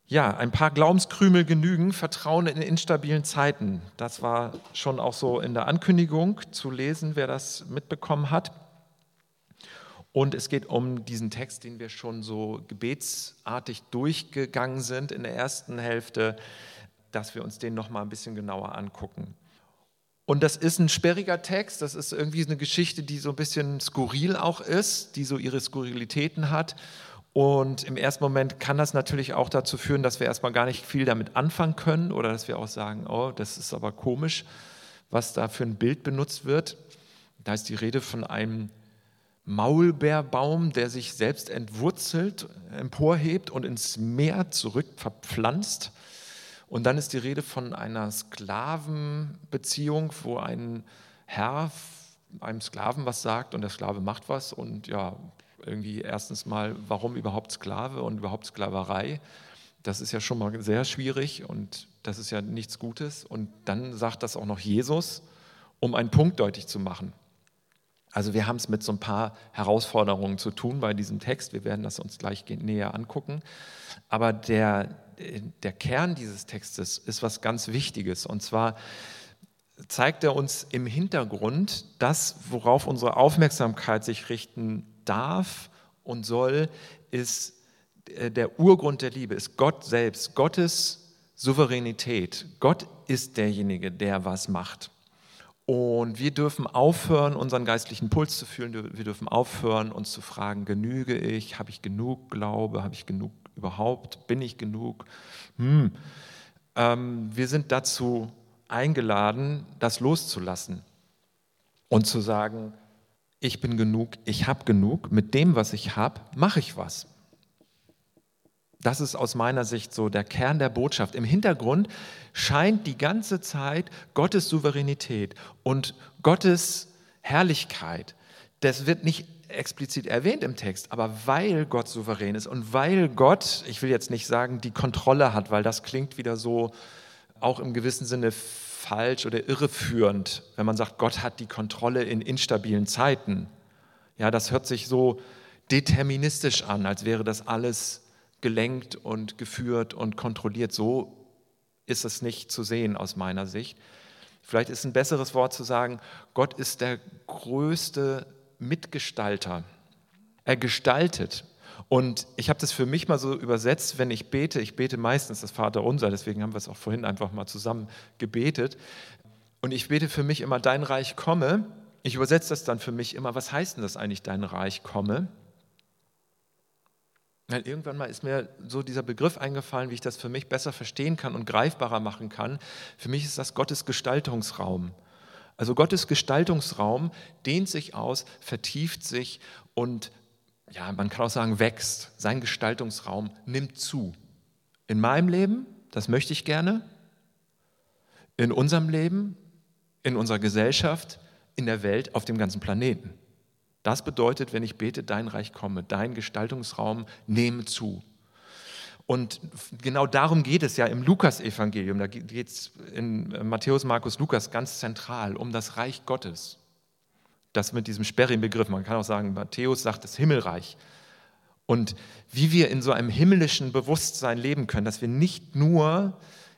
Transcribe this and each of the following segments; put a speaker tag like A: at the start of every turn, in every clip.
A: Ja, ein paar Glaubenskrümel genügen, Vertrauen in instabilen Zeiten. Das war schon auch so in der Ankündigung zu lesen, wer das mitbekommen hat. Und es geht um diesen Text, den wir schon so gebetsartig durchgegangen sind in der ersten Hälfte, dass wir uns den nochmal ein bisschen genauer angucken. Und das ist ein sperriger Text, das ist irgendwie eine Geschichte, die so ein bisschen skurril auch ist, die so ihre Skurrilitäten hat. Und im ersten Moment kann das natürlich auch dazu führen, dass wir erstmal gar nicht viel damit anfangen können oder dass wir auch sagen, oh, das ist aber komisch, was da für ein Bild benutzt wird. Da ist die Rede von einem Maulbeerbaum, der sich selbst entwurzelt, emporhebt und ins Meer zurück verpflanzt. Und dann ist die Rede von einer Sklavenbeziehung, wo ein Herr einem Sklaven was sagt und der Sklave macht was. Und ja, irgendwie erstens mal, warum überhaupt Sklave und überhaupt Sklaverei? Das ist ja schon mal sehr schwierig und das ist ja nichts Gutes. Und dann sagt das auch noch Jesus, um einen Punkt deutlich zu machen. Also wir haben es mit so ein paar Herausforderungen zu tun bei diesem Text. Wir werden das uns gleich näher angucken. Aber der Kern dieses Textes ist was ganz Wichtiges. Und zwar zeigt er uns im Hintergrund das, worauf unsere Aufmerksamkeit sich richten darf und soll, ist der Urgrund der Liebe, ist Gott selbst, Gottes Souveränität. Gott ist derjenige, der was macht. Und wir dürfen aufhören, unseren geistlichen Puls zu fühlen. Wir dürfen aufhören, uns zu fragen, genüge ich? Habe ich genug Glaube? Habe ich genug überhaupt? Bin ich genug? Wir sind dazu eingeladen, das loszulassen und zu sagen, ich bin genug, ich habe genug, mit dem, was ich habe, mache ich was. Das ist aus meiner Sicht so der Kern der Botschaft. Im Hintergrund scheint die ganze Zeit Gottes Souveränität und Gottes Herrlichkeit. Das wird nicht explizit erwähnt im Text, aber weil Gott souverän ist und weil Gott, ich will jetzt nicht sagen, die Kontrolle hat, weil das klingt wieder so auch im gewissen Sinne falsch oder irreführend, wenn man sagt, Gott hat die Kontrolle in instabilen Zeiten. Ja, das hört sich so deterministisch an, als wäre das alles gelenkt und geführt und kontrolliert. So ist es nicht zu sehen aus meiner Sicht. Vielleicht ist ein besseres Wort zu sagen, Gott ist der größte Mitgestalter. Er gestaltet. Und ich habe das für mich mal so übersetzt, wenn ich bete meistens das Vaterunser, deswegen haben wir es auch vorhin einfach mal zusammen gebetet. Und ich bete für mich immer, dein Reich komme. Ich übersetze das dann für mich immer, was heißt denn das eigentlich, dein Reich komme? Weil irgendwann mal ist mir so dieser Begriff eingefallen, wie ich das für mich besser verstehen kann und greifbarer machen kann. Für mich ist das Gottes Gestaltungsraum. Also Gottes Gestaltungsraum dehnt sich aus, vertieft sich und ja, man kann auch sagen, wächst. Sein Gestaltungsraum nimmt zu. In meinem Leben, das möchte ich gerne, in unserem Leben, in unserer Gesellschaft, in der Welt, auf dem ganzen Planeten. Das bedeutet, wenn ich bete, dein Reich komme, dein Gestaltungsraum nehme zu. Und genau darum geht es ja im Lukas-Evangelium. Da geht es in Matthäus, Markus, Lukas ganz zentral um das Reich Gottes. Das mit diesem sperrigen Begriff, man kann auch sagen, Matthäus sagt das Himmelreich. Und wie wir in so einem himmlischen Bewusstsein leben können, dass wir nicht nur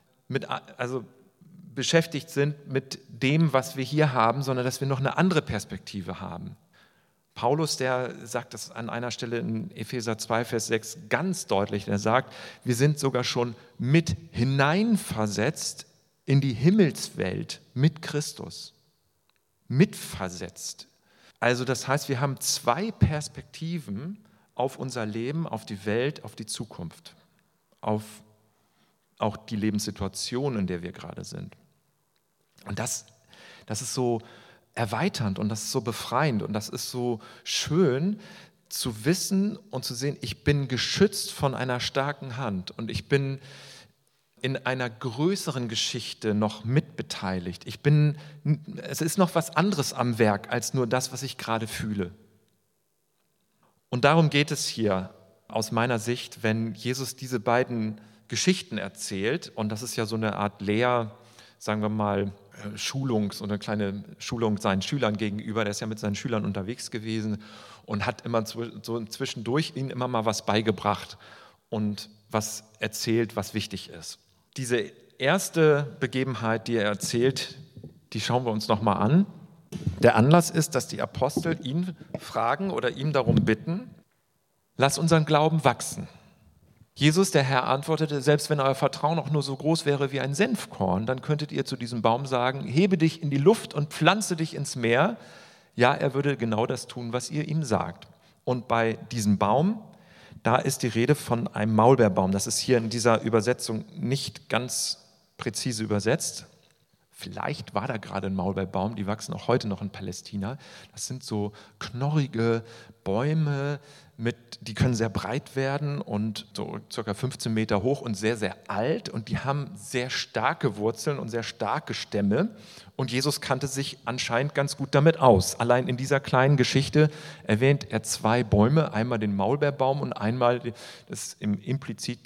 A: beschäftigt sind mit dem, was wir hier haben, sondern dass wir noch eine andere Perspektive haben. Paulus, der sagt das an einer Stelle in Epheser 2, Vers 6 ganz deutlich. Er sagt, wir sind sogar schon mit hineinversetzt in die Himmelswelt mit Christus. Mitversetzt. Also das heißt, wir haben zwei Perspektiven auf unser Leben, auf die Welt, auf die Zukunft, auf auch die Lebenssituation, in der wir gerade sind. Und das ist so erweiternd und das ist so befreiend und das ist so schön zu wissen und zu sehen, ich bin geschützt von einer starken Hand und ich bin in einer größeren Geschichte noch mitbeteiligt. Es ist noch was anderes am Werk als nur das, was ich gerade fühle. Und darum geht es hier aus meiner Sicht, wenn Jesus diese beiden Geschichten erzählt, und das ist ja so eine Art sagen wir mal, so eine kleine Schulung seinen Schülern gegenüber. Der ist ja mit seinen Schülern unterwegs gewesen und hat immer so zwischendurch ihnen immer mal was beigebracht. Und was erzählt, was wichtig ist. Diese erste Begebenheit, die er erzählt, die schauen wir uns nochmal an. Der Anlass ist, dass die Apostel ihn fragen oder ihm darum bitten, lass unseren Glauben wachsen. Jesus, der Herr, antwortete, selbst wenn euer Vertrauen auch nur so groß wäre wie ein Senfkorn, dann könntet ihr zu diesem Baum sagen, hebe dich in die Luft und pflanze dich ins Meer. Ja, er würde genau das tun, was ihr ihm sagt. Und bei diesem Baum, da ist die Rede von einem Maulbeerbaum. Das ist hier in dieser Übersetzung nicht ganz präzise übersetzt. Vielleicht war da gerade ein Maulbeerbaum, die wachsen auch heute noch in Palästina. Das sind so knorrige Bäume, die können sehr breit werden und so ca. 15 Meter hoch und sehr, sehr alt. Und die haben sehr starke Wurzeln und sehr starke Stämme. Und Jesus kannte sich anscheinend ganz gut damit aus. Allein in dieser kleinen Geschichte erwähnt er 2 Bäume, einmal den Maulbeerbaum und einmal das implizit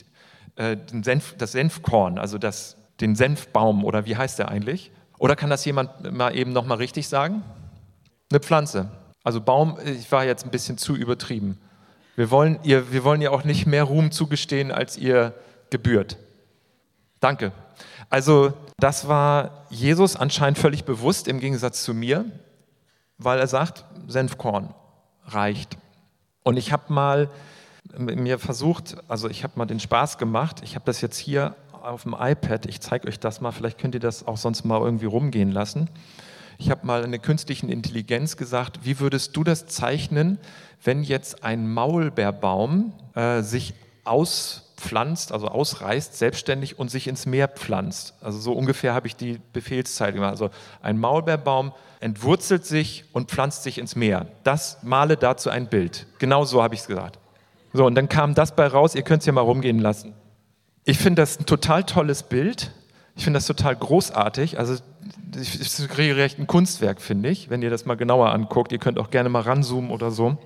A: das Senfkorn, also den Senfbaum, oder wie heißt der eigentlich? Oder kann das jemand mal eben nochmal richtig sagen? Eine Pflanze. Also Baum, ich war jetzt ein bisschen zu übertrieben. Wir wollen ihr auch nicht mehr Ruhm zugestehen, als ihr gebührt. Danke. Also das war Jesus anscheinend völlig bewusst im Gegensatz zu mir, weil er sagt, Senfkorn reicht. Und ich habe mal mir versucht, also ich habe mal den Spaß gemacht, ich habe das jetzt hier auf dem iPad, ich zeige euch das mal, vielleicht könnt ihr das auch sonst mal irgendwie rumgehen lassen. Ich habe mal einer künstlichen Intelligenz gesagt, wie würdest du das zeichnen, wenn jetzt ein Maulbeerbaum sich auspflanzt, also ausreißt, selbstständig und sich ins Meer pflanzt. Also so ungefähr habe ich die Befehlszeile gemacht. Also ein Maulbeerbaum entwurzelt sich und pflanzt sich ins Meer. Das male dazu ein Bild. Genau so habe ich es gesagt. So, und dann kam das bei raus, ihr könnt es ja mal rumgehen lassen. Ich finde das ein total tolles Bild. Ich finde das total großartig. Also es ist regelrecht ein Kunstwerk, finde ich, wenn ihr das mal genauer anguckt. Ihr könnt auch gerne mal ranzoomen oder so.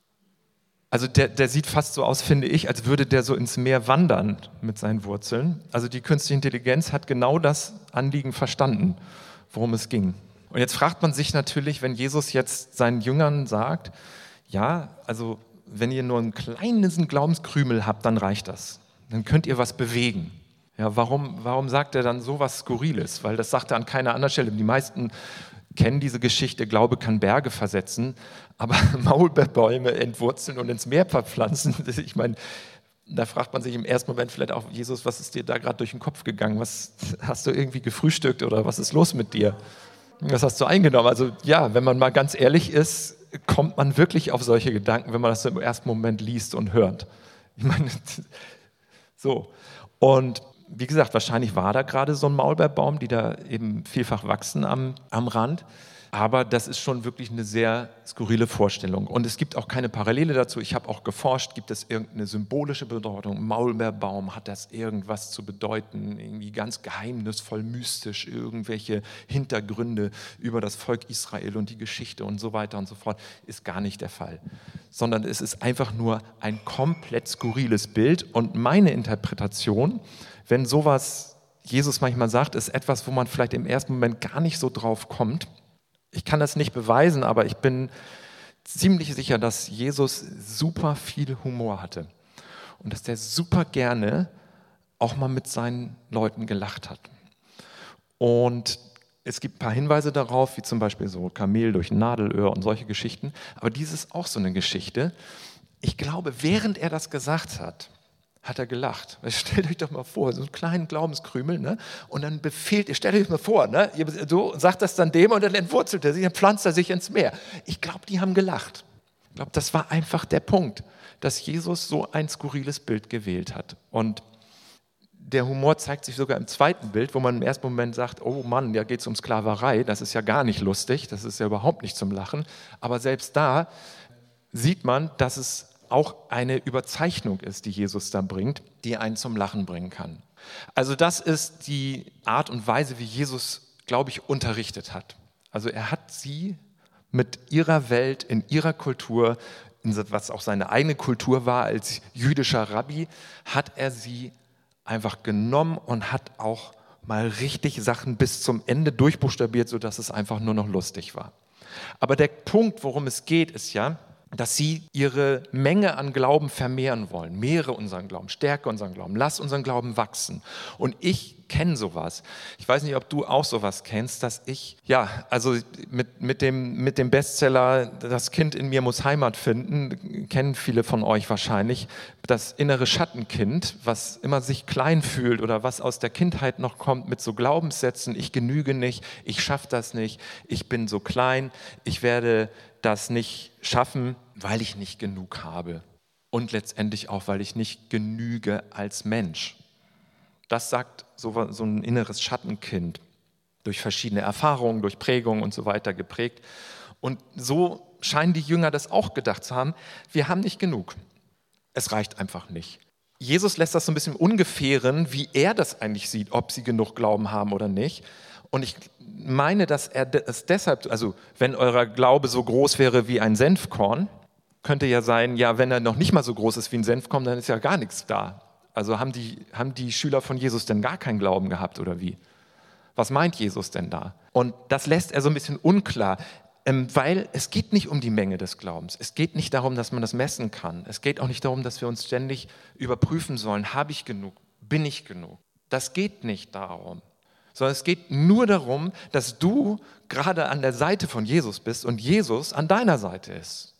A: Also der sieht fast so aus, finde ich, als würde der so ins Meer wandern mit seinen Wurzeln. Also die künstliche Intelligenz hat genau das Anliegen verstanden, worum es ging. Und jetzt fragt man sich natürlich, wenn Jesus jetzt seinen Jüngern sagt, ja, also wenn ihr nur einen kleinen Glaubenskrümel habt, dann reicht das. Dann könnt ihr was bewegen. Ja, warum sagt er dann so was Skurriles? Weil das sagt er an keiner anderen Stelle. Die meisten kennen diese Geschichte, Glaube kann Berge versetzen, aber Maulbeerbäume entwurzeln und ins Meer verpflanzen, ich meine, da fragt man sich im ersten Moment vielleicht auch, Jesus, was ist dir da gerade durch den Kopf gegangen? Was hast du irgendwie gefrühstückt oder was ist los mit dir? Was hast du eingenommen? Also ja, wenn man mal ganz ehrlich ist, kommt man wirklich auf solche Gedanken, wenn man das im ersten Moment liest und hört. Ich meine, so. Und wie gesagt, wahrscheinlich war da gerade so ein Maulbeerbaum, die da eben vielfach wachsen am Rand. Aber das ist schon wirklich eine sehr skurrile Vorstellung. Und es gibt auch keine Parallele dazu. Ich habe auch geforscht, gibt es irgendeine symbolische Bedeutung? Maulbeerbaum, hat das irgendwas zu bedeuten? Irgendwie ganz geheimnisvoll, mystisch, irgendwelche Hintergründe über das Volk Israel und die Geschichte und so weiter und so fort. Ist gar nicht der Fall. Sondern es ist einfach nur ein komplett skurriles Bild. Und meine Interpretation, wenn sowas Jesus manchmal sagt, ist etwas, wo man vielleicht im ersten Moment gar nicht so drauf kommt. Ich kann das nicht beweisen, aber ich bin ziemlich sicher, dass Jesus super viel Humor hatte und dass der super gerne auch mal mit seinen Leuten gelacht hat. Und es gibt ein paar Hinweise darauf, wie zum Beispiel so Kamel durch ein Nadelöhr und solche Geschichten. Aber dies ist auch so eine Geschichte. Ich glaube, während er das gesagt hat, hat er gelacht. Stellt euch doch mal vor, so einen kleinen Glaubenskrümel, ne? Und dann stellt euch mal vor, ne? Du sagt das dann dem und dann entwurzelt er sich, dann pflanzt er sich ins Meer. Ich glaube, die haben gelacht. Ich glaube, das war einfach der Punkt, dass Jesus so ein skurriles Bild gewählt hat. Und der Humor zeigt sich sogar im zweiten Bild, wo man im ersten Moment sagt, oh Mann, da geht es um Sklaverei, das ist ja gar nicht lustig, das ist ja überhaupt nicht zum Lachen. Aber selbst da sieht man, dass es auch eine Überzeichnung ist, die Jesus da bringt, die einen zum Lachen bringen kann. Also das ist die Art und Weise, wie Jesus, glaube ich, unterrichtet hat. Also er hat sie mit ihrer Welt, in ihrer Kultur, was auch seine eigene Kultur war als jüdischer Rabbi, hat er sie einfach genommen und hat auch mal richtig Sachen bis zum Ende durchbuchstabiert, sodass es einfach nur noch lustig war. Aber der Punkt, worum es geht, ist ja, dass sie ihre Menge an Glauben vermehren wollen. Mehre unseren Glauben, stärke unseren Glauben, lass unseren Glauben wachsen. Und ich kenne sowas. Ich weiß nicht, ob du auch sowas kennst, dass ich, also mit dem Bestseller "Das Kind in mir muss Heimat finden", kennen viele von euch wahrscheinlich, das innere Schattenkind, was immer sich klein fühlt oder was aus der Kindheit noch kommt mit so Glaubenssätzen: Ich genüge nicht, ich schaffe das nicht, ich bin so klein, ich werde das nicht schaffen, weil ich nicht genug habe und letztendlich auch, weil ich nicht genüge als Mensch. Das sagt so ein inneres Schattenkind, durch verschiedene Erfahrungen, durch Prägungen und so weiter geprägt. Und so scheinen die Jünger das auch gedacht zu haben: Wir haben nicht genug. Es reicht einfach nicht. Jesus lässt das so ein bisschen im Ungefähren, wie er das eigentlich sieht, ob sie genug Glauben haben oder nicht. Und ich meine, dass er es deshalb, also wenn euer Glaube so groß wäre wie ein Senfkorn, könnte ja sein, wenn er noch nicht mal so groß ist wie ein Senfkorn, dann ist ja gar nichts da. Also haben die Schüler von Jesus denn gar keinen Glauben gehabt oder wie? Was meint Jesus denn da? Und das lässt er so ein bisschen unklar, weil es geht nicht um die Menge des Glaubens. Es geht nicht darum, dass man das messen kann. Es geht auch nicht darum, dass wir uns ständig überprüfen sollen: Habe ich genug? Bin ich genug? Das geht nicht darum. Sondern es geht nur darum, dass du gerade an der Seite von Jesus bist und Jesus an deiner Seite ist.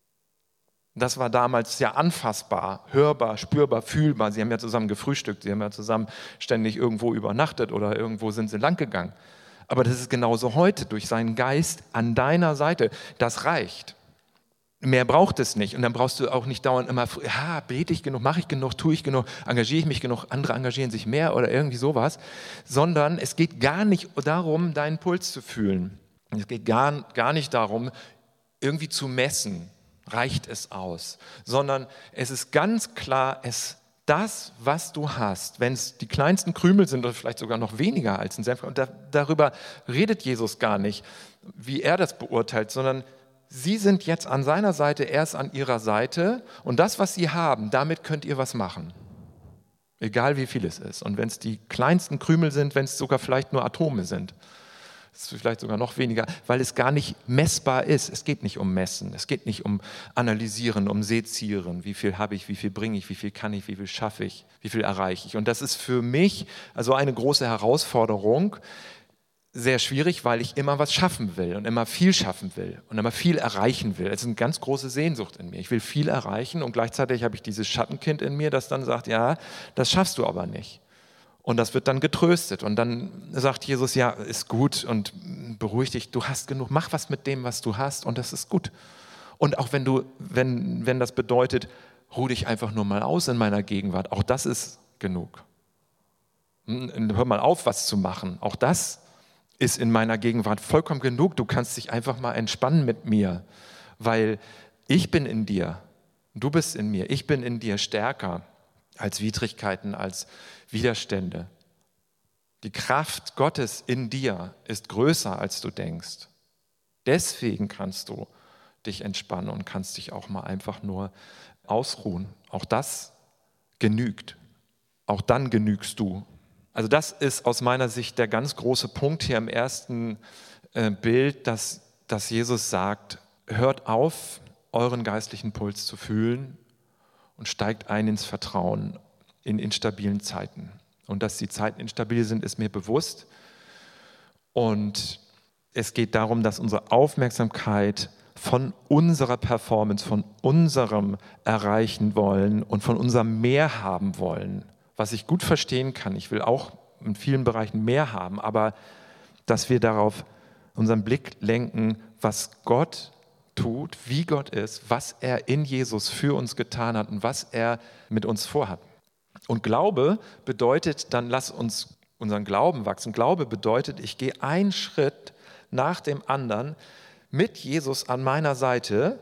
A: Das war damals ja anfassbar, hörbar, spürbar, fühlbar. Sie haben ja zusammen gefrühstückt, sie haben ja zusammen ständig irgendwo übernachtet oder irgendwo sind sie langgegangen. Aber das ist genauso heute, durch seinen Geist an deiner Seite. Das reicht. Mehr braucht es nicht. Und dann brauchst du auch nicht dauernd immer: Bete ich genug, mache ich genug, tue ich genug, engagiere ich mich genug, andere engagieren sich mehr oder irgendwie sowas. Sondern es geht gar nicht darum, deinen Puls zu fühlen. Es geht gar nicht darum, irgendwie zu messen, reicht es aus. Sondern es ist ganz klar, das, was du hast, wenn es die kleinsten Krümel sind oder vielleicht sogar noch weniger als ein Senfkorn, und darüber redet Jesus gar nicht, wie er das beurteilt, sondern sie sind jetzt an seiner Seite, er ist an ihrer Seite, und das, was sie haben, damit könnt ihr was machen. Egal wie viel es ist. Und wenn es die kleinsten Krümel sind, wenn es sogar vielleicht nur Atome sind, ist es vielleicht sogar noch weniger, weil es gar nicht messbar ist. Es geht nicht um Messen, es geht nicht um Analysieren, um Sezieren. Wie viel habe ich, wie viel bringe ich, wie viel kann ich, wie viel schaffe ich, wie viel erreiche ich. Und das ist für mich also eine große Herausforderung, sehr schwierig, weil ich immer was schaffen will und immer viel schaffen will und immer viel erreichen will. Es ist eine ganz große Sehnsucht in mir. Ich will viel erreichen und gleichzeitig habe ich dieses Schattenkind in mir, das dann sagt: Das schaffst du aber nicht. Und das wird dann getröstet und dann sagt Jesus: Ist gut und beruhig dich, du hast genug, mach was mit dem, was du hast, und das ist gut. Und auch wenn das bedeutet, ruh dich einfach nur mal aus in meiner Gegenwart, auch das ist genug. Hör mal auf, was zu machen, auch das ist in meiner Gegenwart vollkommen genug. Du kannst dich einfach mal entspannen mit mir, weil ich bin in dir, du bist in mir, ich bin in dir stärker als Widrigkeiten, als Widerstände. Die Kraft Gottes in dir ist größer, als du denkst. Deswegen kannst du dich entspannen und kannst dich auch mal einfach nur ausruhen. Auch das genügt. Auch dann genügst du. Also das ist aus meiner Sicht der ganz große Punkt hier im ersten Bild, dass Jesus sagt: Hört auf, euren geistlichen Puls zu fühlen und steigt ein ins Vertrauen in instabilen Zeiten. Und dass die Zeiten instabil sind, ist mir bewusst. Und es geht darum, dass unsere Aufmerksamkeit von unserer Performance, von unserem Erreichen wollen und von unserem Mehr haben wollen, was ich gut verstehen kann. Ich will auch in vielen Bereichen mehr haben, aber dass wir darauf unseren Blick lenken, was Gott tut, wie Gott ist, was er in Jesus für uns getan hat und was er mit uns vorhat. Und Glaube bedeutet, dann lass uns unseren Glauben wachsen. Glaube bedeutet, ich gehe einen Schritt nach dem anderen mit Jesus an meiner Seite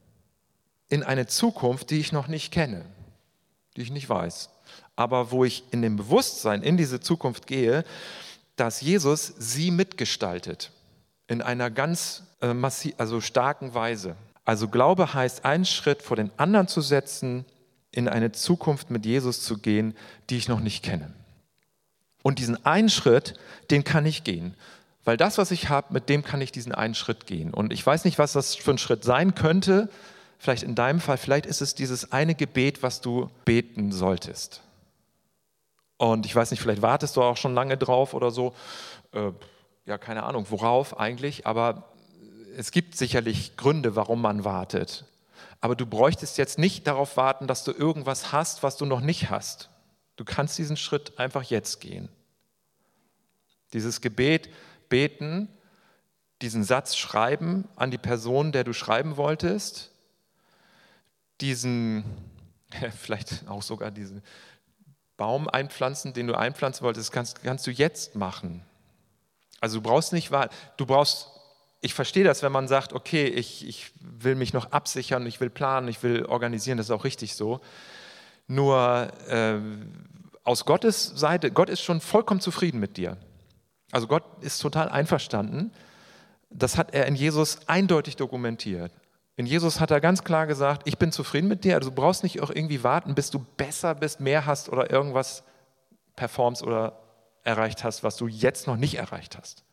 A: in eine Zukunft, die ich noch nicht kenne, die ich nicht weiß. Aber wo ich in dem Bewusstsein in diese Zukunft gehe, dass Jesus sie mitgestaltet in einer ganz starken Weise. Also Glaube heißt, einen Schritt vor den anderen zu setzen, in eine Zukunft mit Jesus zu gehen, die ich noch nicht kenne. Und diesen einen Schritt, den kann ich gehen. Weil das, was ich habe, mit dem kann ich diesen einen Schritt gehen. Und ich weiß nicht, was das für ein Schritt sein könnte. vielleicht in deinem Fall, vielleicht ist es dieses eine Gebet, was du beten solltest. Und ich weiß nicht, vielleicht wartest du auch schon lange drauf oder so. Ja, keine Ahnung, worauf eigentlich, aber es gibt sicherlich Gründe, warum man wartet. Aber du bräuchtest jetzt nicht darauf warten, dass du irgendwas hast, was du noch nicht hast. Du kannst diesen Schritt einfach jetzt gehen. Dieses Gebet beten, diesen Satz schreiben an die Person, der du schreiben wolltest, vielleicht auch sogar diesen Baum einpflanzen, den du einpflanzen wolltest, kannst du jetzt machen. Also du brauchst nicht warten, ich verstehe das, wenn man sagt, okay, ich will mich noch absichern, ich will planen, ich will organisieren, das ist auch richtig so. Nur aus Gottes Seite, Gott ist schon vollkommen zufrieden mit dir. Also Gott ist total einverstanden. Das hat er in Jesus eindeutig dokumentiert. In Jesus hat er ganz klar gesagt, ich bin zufrieden mit dir, also du brauchst nicht auch irgendwie warten, bis du besser bist, mehr hast oder irgendwas performst oder erreicht hast, was du jetzt noch nicht erreicht hast.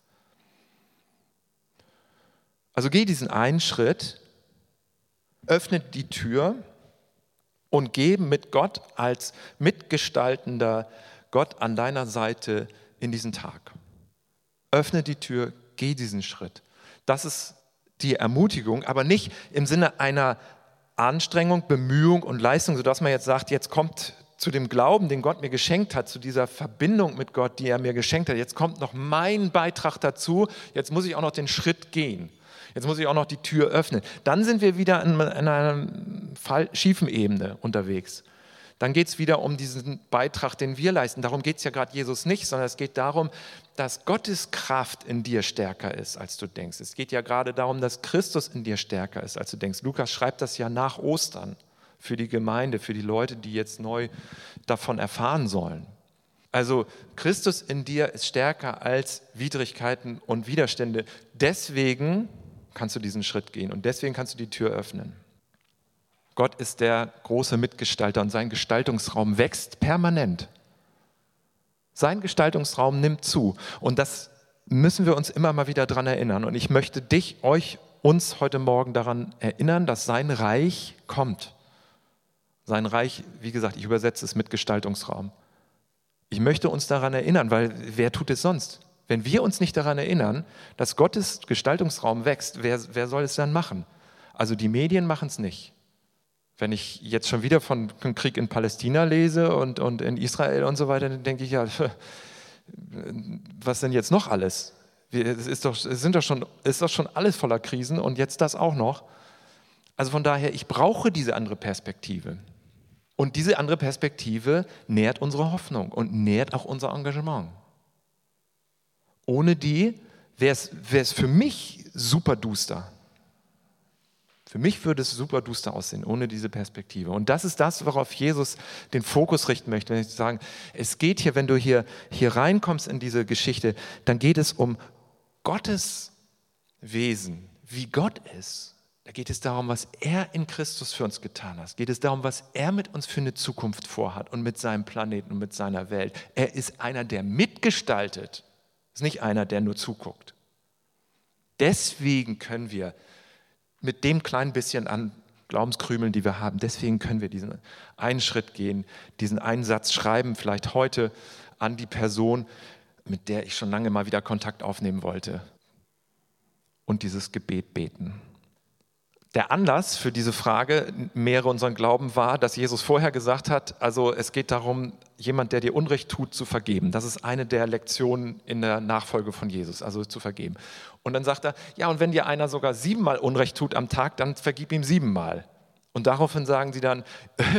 A: Also geh diesen einen Schritt, öffne die Tür und geh mit Gott als mitgestaltender Gott an deiner Seite in diesen Tag. Öffne die Tür, geh diesen Schritt. Das ist die Ermutigung, aber nicht im Sinne einer Anstrengung, Bemühung und Leistung, sodass man jetzt sagt, jetzt kommt zu dem Glauben, den Gott mir geschenkt hat, zu dieser Verbindung mit Gott, die er mir geschenkt hat, jetzt kommt noch mein Beitrag dazu, jetzt muss ich auch noch den Schritt gehen. Jetzt muss ich auch noch die Tür öffnen. Dann sind wir wieder in einer schiefen Ebene unterwegs. Dann geht es wieder um diesen Beitrag, den wir leisten. Darum geht es ja gerade Jesus nicht, sondern es geht darum, dass Gottes Kraft in dir stärker ist, als du denkst. Es geht ja gerade darum, dass Christus in dir stärker ist, als du denkst. Lukas schreibt das ja nach Ostern für die Gemeinde, für die Leute, die jetzt neu davon erfahren sollen. Also Christus in dir ist stärker als Widrigkeiten und Widerstände. Deswegen kannst du diesen Schritt gehen und deswegen kannst du die Tür öffnen. Gott ist der große Mitgestalter und sein Gestaltungsraum wächst permanent. Sein Gestaltungsraum nimmt zu und das müssen wir uns immer mal wieder daran erinnern. Und ich möchte uns heute Morgen daran erinnern, dass sein Reich kommt. Sein Reich, wie gesagt, ich übersetze es mit Gestaltungsraum. Ich möchte uns daran erinnern, weil wer tut es sonst? Wenn wir uns nicht daran erinnern, dass Gottes Gestaltungsraum wächst, wer soll es dann machen? Also die Medien machen es nicht. Wenn ich jetzt schon wieder von Krieg in Palästina lese und in Israel und so weiter, dann denke ich ja, was denn jetzt noch alles? Es ist doch schon alles voller Krisen und jetzt das auch noch. Also von daher, ich brauche diese andere Perspektive. Und diese andere Perspektive nährt unsere Hoffnung und nährt auch unser Engagement. Ohne die wäre es für mich super duster. Für mich würde es super duster aussehen, ohne diese Perspektive. Und das ist das, worauf Jesus den Fokus richten möchte. Wenn ich sage, es geht hier, wenn du hier reinkommst in diese Geschichte, dann geht es um Gottes Wesen, wie Gott ist. Da geht es darum, was er in Christus für uns getan hat. Geht es darum, was er mit uns für eine Zukunft vorhat und mit seinem Planeten und mit seiner Welt. Er ist einer, der mitgestaltet. Ist nicht einer, der nur zuguckt. Deswegen können wir mit dem kleinen bisschen an Glaubenskrümeln, die wir haben, deswegen können wir diesen einen Schritt gehen, diesen einen Satz schreiben, vielleicht heute an die Person, mit der ich schon lange mal wieder Kontakt aufnehmen wollte und dieses Gebet beten. Der Anlass für diese Frage, mehre unseren Glauben, war, dass Jesus vorher gesagt hat, also es geht darum, jemand, der dir Unrecht tut, zu vergeben. Das ist eine der Lektionen in der Nachfolge von Jesus, also zu vergeben. Und dann sagt er, ja, und wenn dir einer sogar 7-mal Unrecht tut am Tag, dann vergib ihm 7-mal. Und daraufhin sagen sie dann,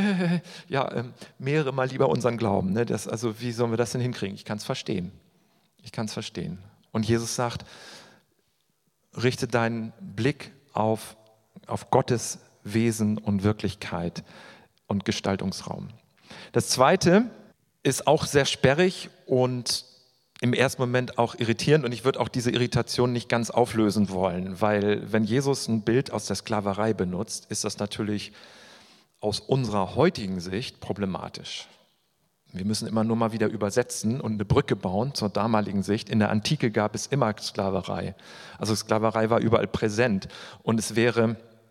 A: mehre mal lieber unseren Glauben. Ne? Also wie sollen wir das denn hinkriegen? Ich kann es verstehen. Und Jesus sagt, richte deinen Blick auf Gottes Wesen und Wirklichkeit und Gestaltungsraum. Das Zweite ist auch sehr sperrig und im ersten Moment auch irritierend und ich würde auch diese Irritation nicht ganz auflösen wollen, weil wenn Jesus ein Bild aus der Sklaverei benutzt, ist das natürlich aus unserer heutigen Sicht problematisch. Wir müssen immer nur mal wieder übersetzen und eine Brücke bauen zur damaligen Sicht. In der Antike gab es immer Sklaverei. Also Sklaverei war überall präsent und es wäre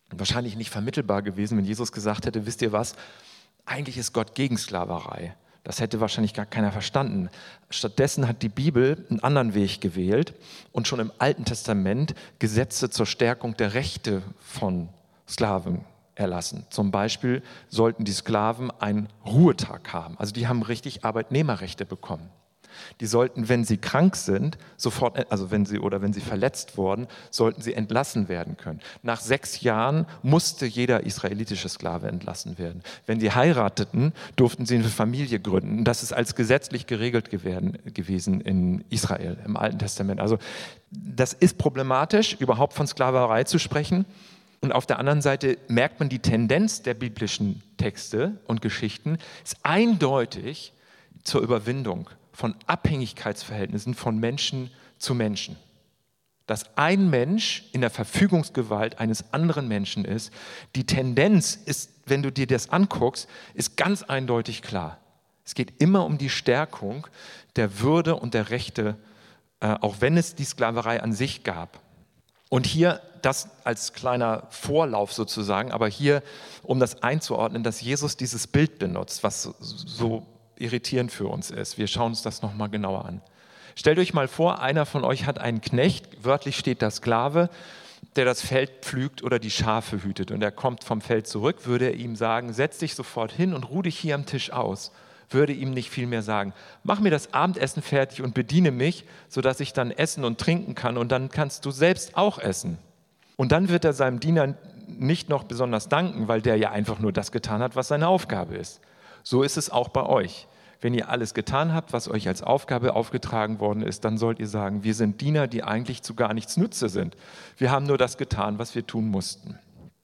A: wahrscheinlich nicht vermittelbar gewesen, wenn Jesus gesagt hätte, wisst ihr was, eigentlich ist Gott gegen Sklaverei. Das hätte wahrscheinlich gar keiner verstanden. Stattdessen hat die Bibel einen anderen Weg gewählt und schon im Alten Testament Gesetze zur Stärkung der Rechte von Sklaven erlassen. Zum Beispiel sollten die Sklaven einen Ruhetag haben. Also die haben richtig Arbeitnehmerrechte bekommen. Die sollten, wenn sie krank sind, sofort, also wenn sie verletzt wurden, sollten sie entlassen werden können. Nach 6 Jahren musste jeder israelitische Sklave entlassen werden. Wenn sie heirateten, durften sie eine Familie gründen. Das ist als gesetzlich geregelt gewesen in Israel im Alten Testament. Also das ist problematisch, überhaupt von Sklaverei zu sprechen. Und auf der anderen Seite merkt man, die Tendenz der biblischen Texte und Geschichten ist eindeutig zur Überwindung von Abhängigkeitsverhältnissen von Menschen zu Menschen. Dass ein Mensch in der Verfügungsgewalt eines anderen Menschen ist, die Tendenz ist, wenn du dir das anguckst, ist ganz eindeutig klar. Es geht immer um die Stärkung der Würde und der Rechte, auch wenn es die Sklaverei an sich gab. Und hier das als kleiner Vorlauf sozusagen, aber hier, um das einzuordnen, dass Jesus dieses Bild benutzt, was so irritierend für uns ist. Wir schauen uns das nochmal genauer an. Stellt euch mal vor, einer von euch hat einen Knecht, wörtlich steht da Sklave, der das Feld pflügt oder die Schafe hütet. Und er kommt vom Feld zurück, würde er ihm sagen, setz dich sofort hin und ruh dich hier am Tisch aus. Würde ihm nicht viel mehr sagen, mach mir das Abendessen fertig und bediene mich, sodass ich dann essen und trinken kann und dann kannst du selbst auch essen. Und dann wird er seinem Diener nicht noch besonders danken, weil der ja einfach nur das getan hat, was seine Aufgabe ist. So ist es auch bei euch. Wenn ihr alles getan habt, was euch als Aufgabe aufgetragen worden ist, dann sollt ihr sagen, wir sind Diener, die eigentlich zu gar nichts Nütze sind. Wir haben nur das getan, was wir tun mussten.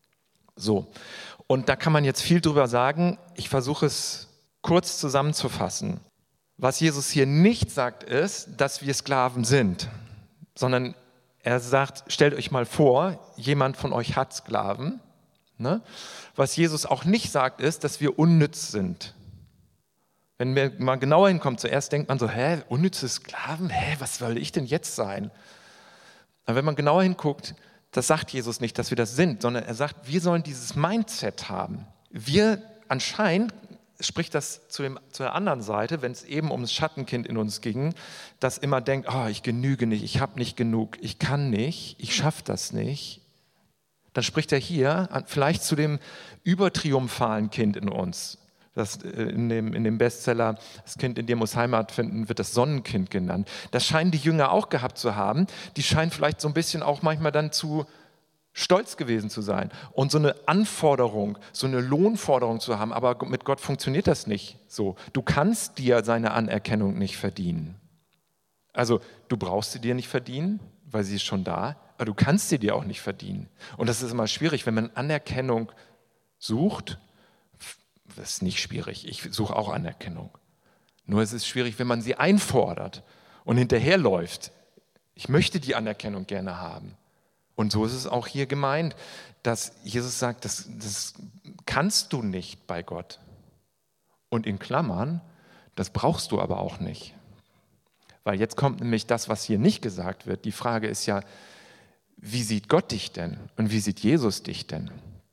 A: So, und da kann man jetzt viel drüber sagen. Ich versuche es kurz zusammenzufassen. Was Jesus hier nicht sagt, ist, dass wir Sklaven sind, sondern er sagt, stellt euch mal vor, jemand von euch hat Sklaven. Ne? Was Jesus auch nicht sagt, ist, dass wir unnütz sind. Wenn man mal genauer hinkommt, zuerst denkt man so, unnütze Sklaven? Was soll ich denn jetzt sein? Aber wenn man genauer hinguckt, das sagt Jesus nicht, dass wir das sind, sondern er sagt, wir sollen dieses Mindset haben. Wir anscheinend, spricht das zur anderen Seite, wenn es eben ums Schattenkind in uns ging, das immer denkt, ich genüge nicht, ich habe nicht genug, ich kann nicht, ich schaffe das nicht. Dann spricht er hier vielleicht zu dem übertriumphalen Kind in uns. Das in dem Bestseller Das Kind in dir muss Heimat finden, wird das Sonnenkind genannt. Das scheinen die Jünger auch gehabt zu haben. Die scheinen vielleicht so ein bisschen auch manchmal dann zu stolz gewesen zu sein und so eine Anforderung, so eine Lohnforderung zu haben. Aber mit Gott funktioniert das nicht so. Du kannst dir seine Anerkennung nicht verdienen. Also du brauchst sie dir nicht verdienen, weil sie ist schon da, aber du kannst sie dir auch nicht verdienen. Und das ist immer schwierig, wenn man Anerkennung sucht. Das ist nicht schwierig, ich suche auch Anerkennung. Nur es ist schwierig, wenn man sie einfordert und hinterherläuft. Ich möchte die Anerkennung gerne haben. Und so ist es auch hier gemeint, dass Jesus sagt, das kannst du nicht bei Gott. Und in Klammern, das brauchst du aber auch nicht. Weil jetzt kommt nämlich das, was hier nicht gesagt wird. Die Frage ist ja, wie sieht Gott dich denn und wie sieht Jesus dich denn?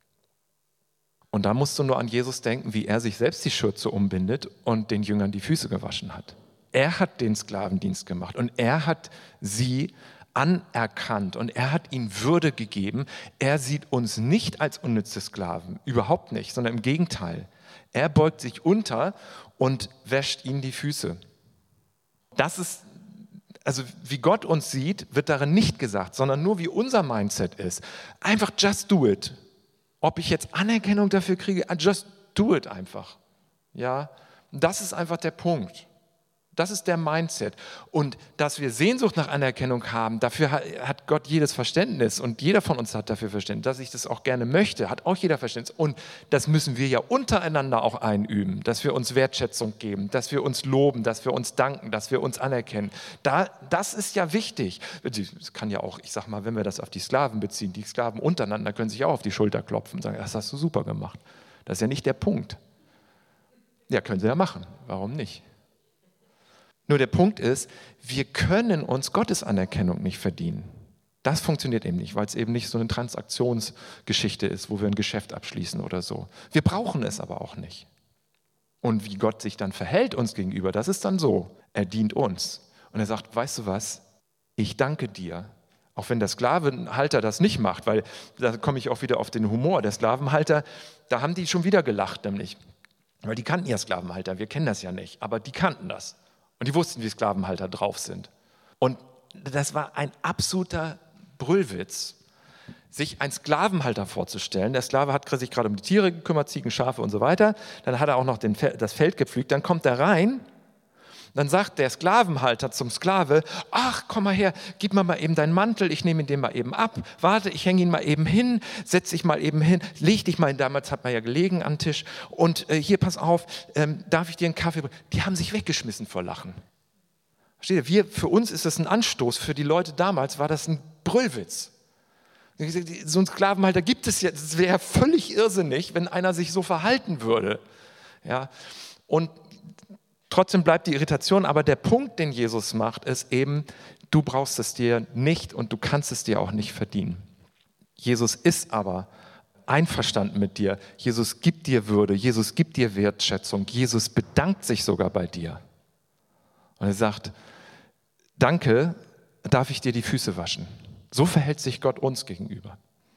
A: Und da musst du nur an Jesus denken, wie er sich selbst die Schürze umbindet und den Jüngern die Füße gewaschen hat. Er hat den Sklavendienst gemacht und er hat sie anerkannt und er hat ihnen Würde gegeben. Er sieht uns nicht als unnütze Sklaven, überhaupt nicht, sondern im Gegenteil. Er beugt sich unter und wäscht ihnen die Füße. Das ist, also wie Gott uns sieht, wird darin nicht gesagt, sondern nur wie unser Mindset ist. Einfach just do it. Ob ich jetzt Anerkennung dafür kriege, just do it einfach. Ja, das ist einfach der Punkt. Das ist der Mindset. Und dass wir Sehnsucht nach Anerkennung haben, dafür hat Gott jedes Verständnis und jeder von uns hat dafür Verständnis. Dass ich das auch gerne möchte, hat auch jeder Verständnis. Und das müssen wir ja untereinander auch einüben, dass wir uns Wertschätzung geben, dass wir uns loben, dass wir uns danken, dass wir uns anerkennen. Das ist ja wichtig. Das kann ja auch, ich sag mal, wenn wir das auf die Sklaven beziehen, die Sklaven untereinander können sich auch auf die Schulter klopfen und sagen, das hast du super gemacht. Das ist ja nicht der Punkt. Ja, können sie ja machen. Warum nicht? Nur der Punkt ist, wir können uns Gottes Anerkennung nicht verdienen. Das funktioniert eben nicht, weil es eben nicht so eine Transaktionsgeschichte ist, wo wir ein Geschäft abschließen oder so. Wir brauchen es aber auch nicht. Und wie Gott sich dann verhält uns gegenüber, das ist dann so. Er dient uns. Und er sagt, weißt du was, ich danke dir. Auch wenn der Sklavenhalter das nicht macht, weil da komme ich auch wieder auf den Humor. Der Sklavenhalter, da haben die schon wieder gelacht nämlich. Weil die kannten ja Sklavenhalter, wir kennen das ja nicht, aber die kannten das. Und die wussten, wie Sklavenhalter drauf sind. Und das war ein absoluter Brüllwitz, sich einen Sklavenhalter vorzustellen. Der Sklave hat sich gerade um die Tiere gekümmert, Ziegen, Schafe und so weiter. Dann hat er auch noch das Feld gepflügt. Dann kommt er rein. Dann sagt der Sklavenhalter zum Sklave, ach, komm mal her, gib mir mal eben deinen Mantel, ich nehme ihn dir mal eben ab, warte, ich hänge ihn mal eben hin, setz dich mal eben hin, leg dich mal hin, damals hat man ja gelegen an den Tisch und hier, pass auf, darf ich dir einen Kaffee bringen? Die haben sich weggeschmissen vor Lachen. Versteht ihr? Für uns ist das ein Anstoß, für die Leute damals war das ein Brüllwitz. So einen Sklavenhalter gibt es jetzt, es wäre völlig irrsinnig, wenn einer sich so verhalten würde. Ja? Und trotzdem bleibt die Irritation, aber der Punkt, den Jesus macht, ist eben, du brauchst es dir nicht und du kannst es dir auch nicht verdienen. Jesus ist aber einverstanden mit dir. Jesus gibt dir Würde, Jesus gibt dir Wertschätzung, Jesus bedankt sich sogar bei dir. Und er sagt, danke, darf ich dir die Füße waschen. So verhält sich Gott uns gegenüber.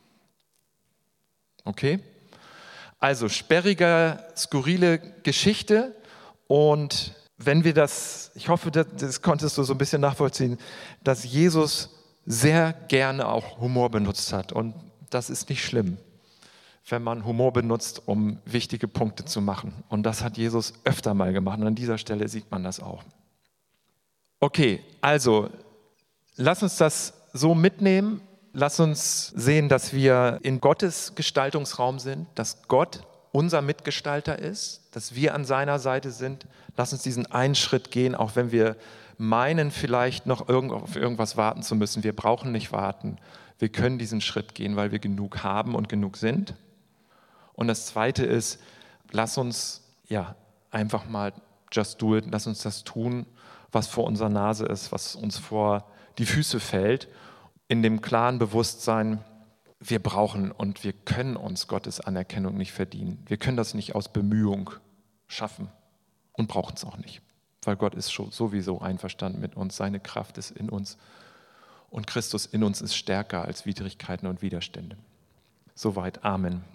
A: Okay? Also sperrige, skurrile Geschichte. Und wenn wir das, ich hoffe, das konntest du so ein bisschen nachvollziehen, dass Jesus sehr gerne auch Humor benutzt hat. Und das ist nicht schlimm, wenn man Humor benutzt, um wichtige Punkte zu machen. Und das hat Jesus öfter mal gemacht. Und an dieser Stelle sieht man das auch. Okay, also lass uns das so mitnehmen. Lass uns sehen, dass wir in Gottes Gestaltungsraum sind, dass Gott unser Mitgestalter ist, dass wir an seiner Seite sind. Lass uns diesen einen Schritt gehen, auch wenn wir meinen, vielleicht noch auf irgendwas warten zu müssen. Wir brauchen nicht warten. Wir können diesen Schritt gehen, weil wir genug haben und genug sind. Und das Zweite ist, lass uns einfach mal just do it. Lass uns das tun, was vor unserer Nase ist, was uns vor die Füße fällt, in dem klaren Bewusstsein, wir brauchen und wir können uns Gottes Anerkennung nicht verdienen. Wir können das nicht aus Bemühung schaffen und brauchen es auch nicht, weil Gott ist schon sowieso einverstanden mit uns. Seine Kraft ist in uns und Christus in uns ist stärker als Widrigkeiten und Widerstände. Soweit. Amen.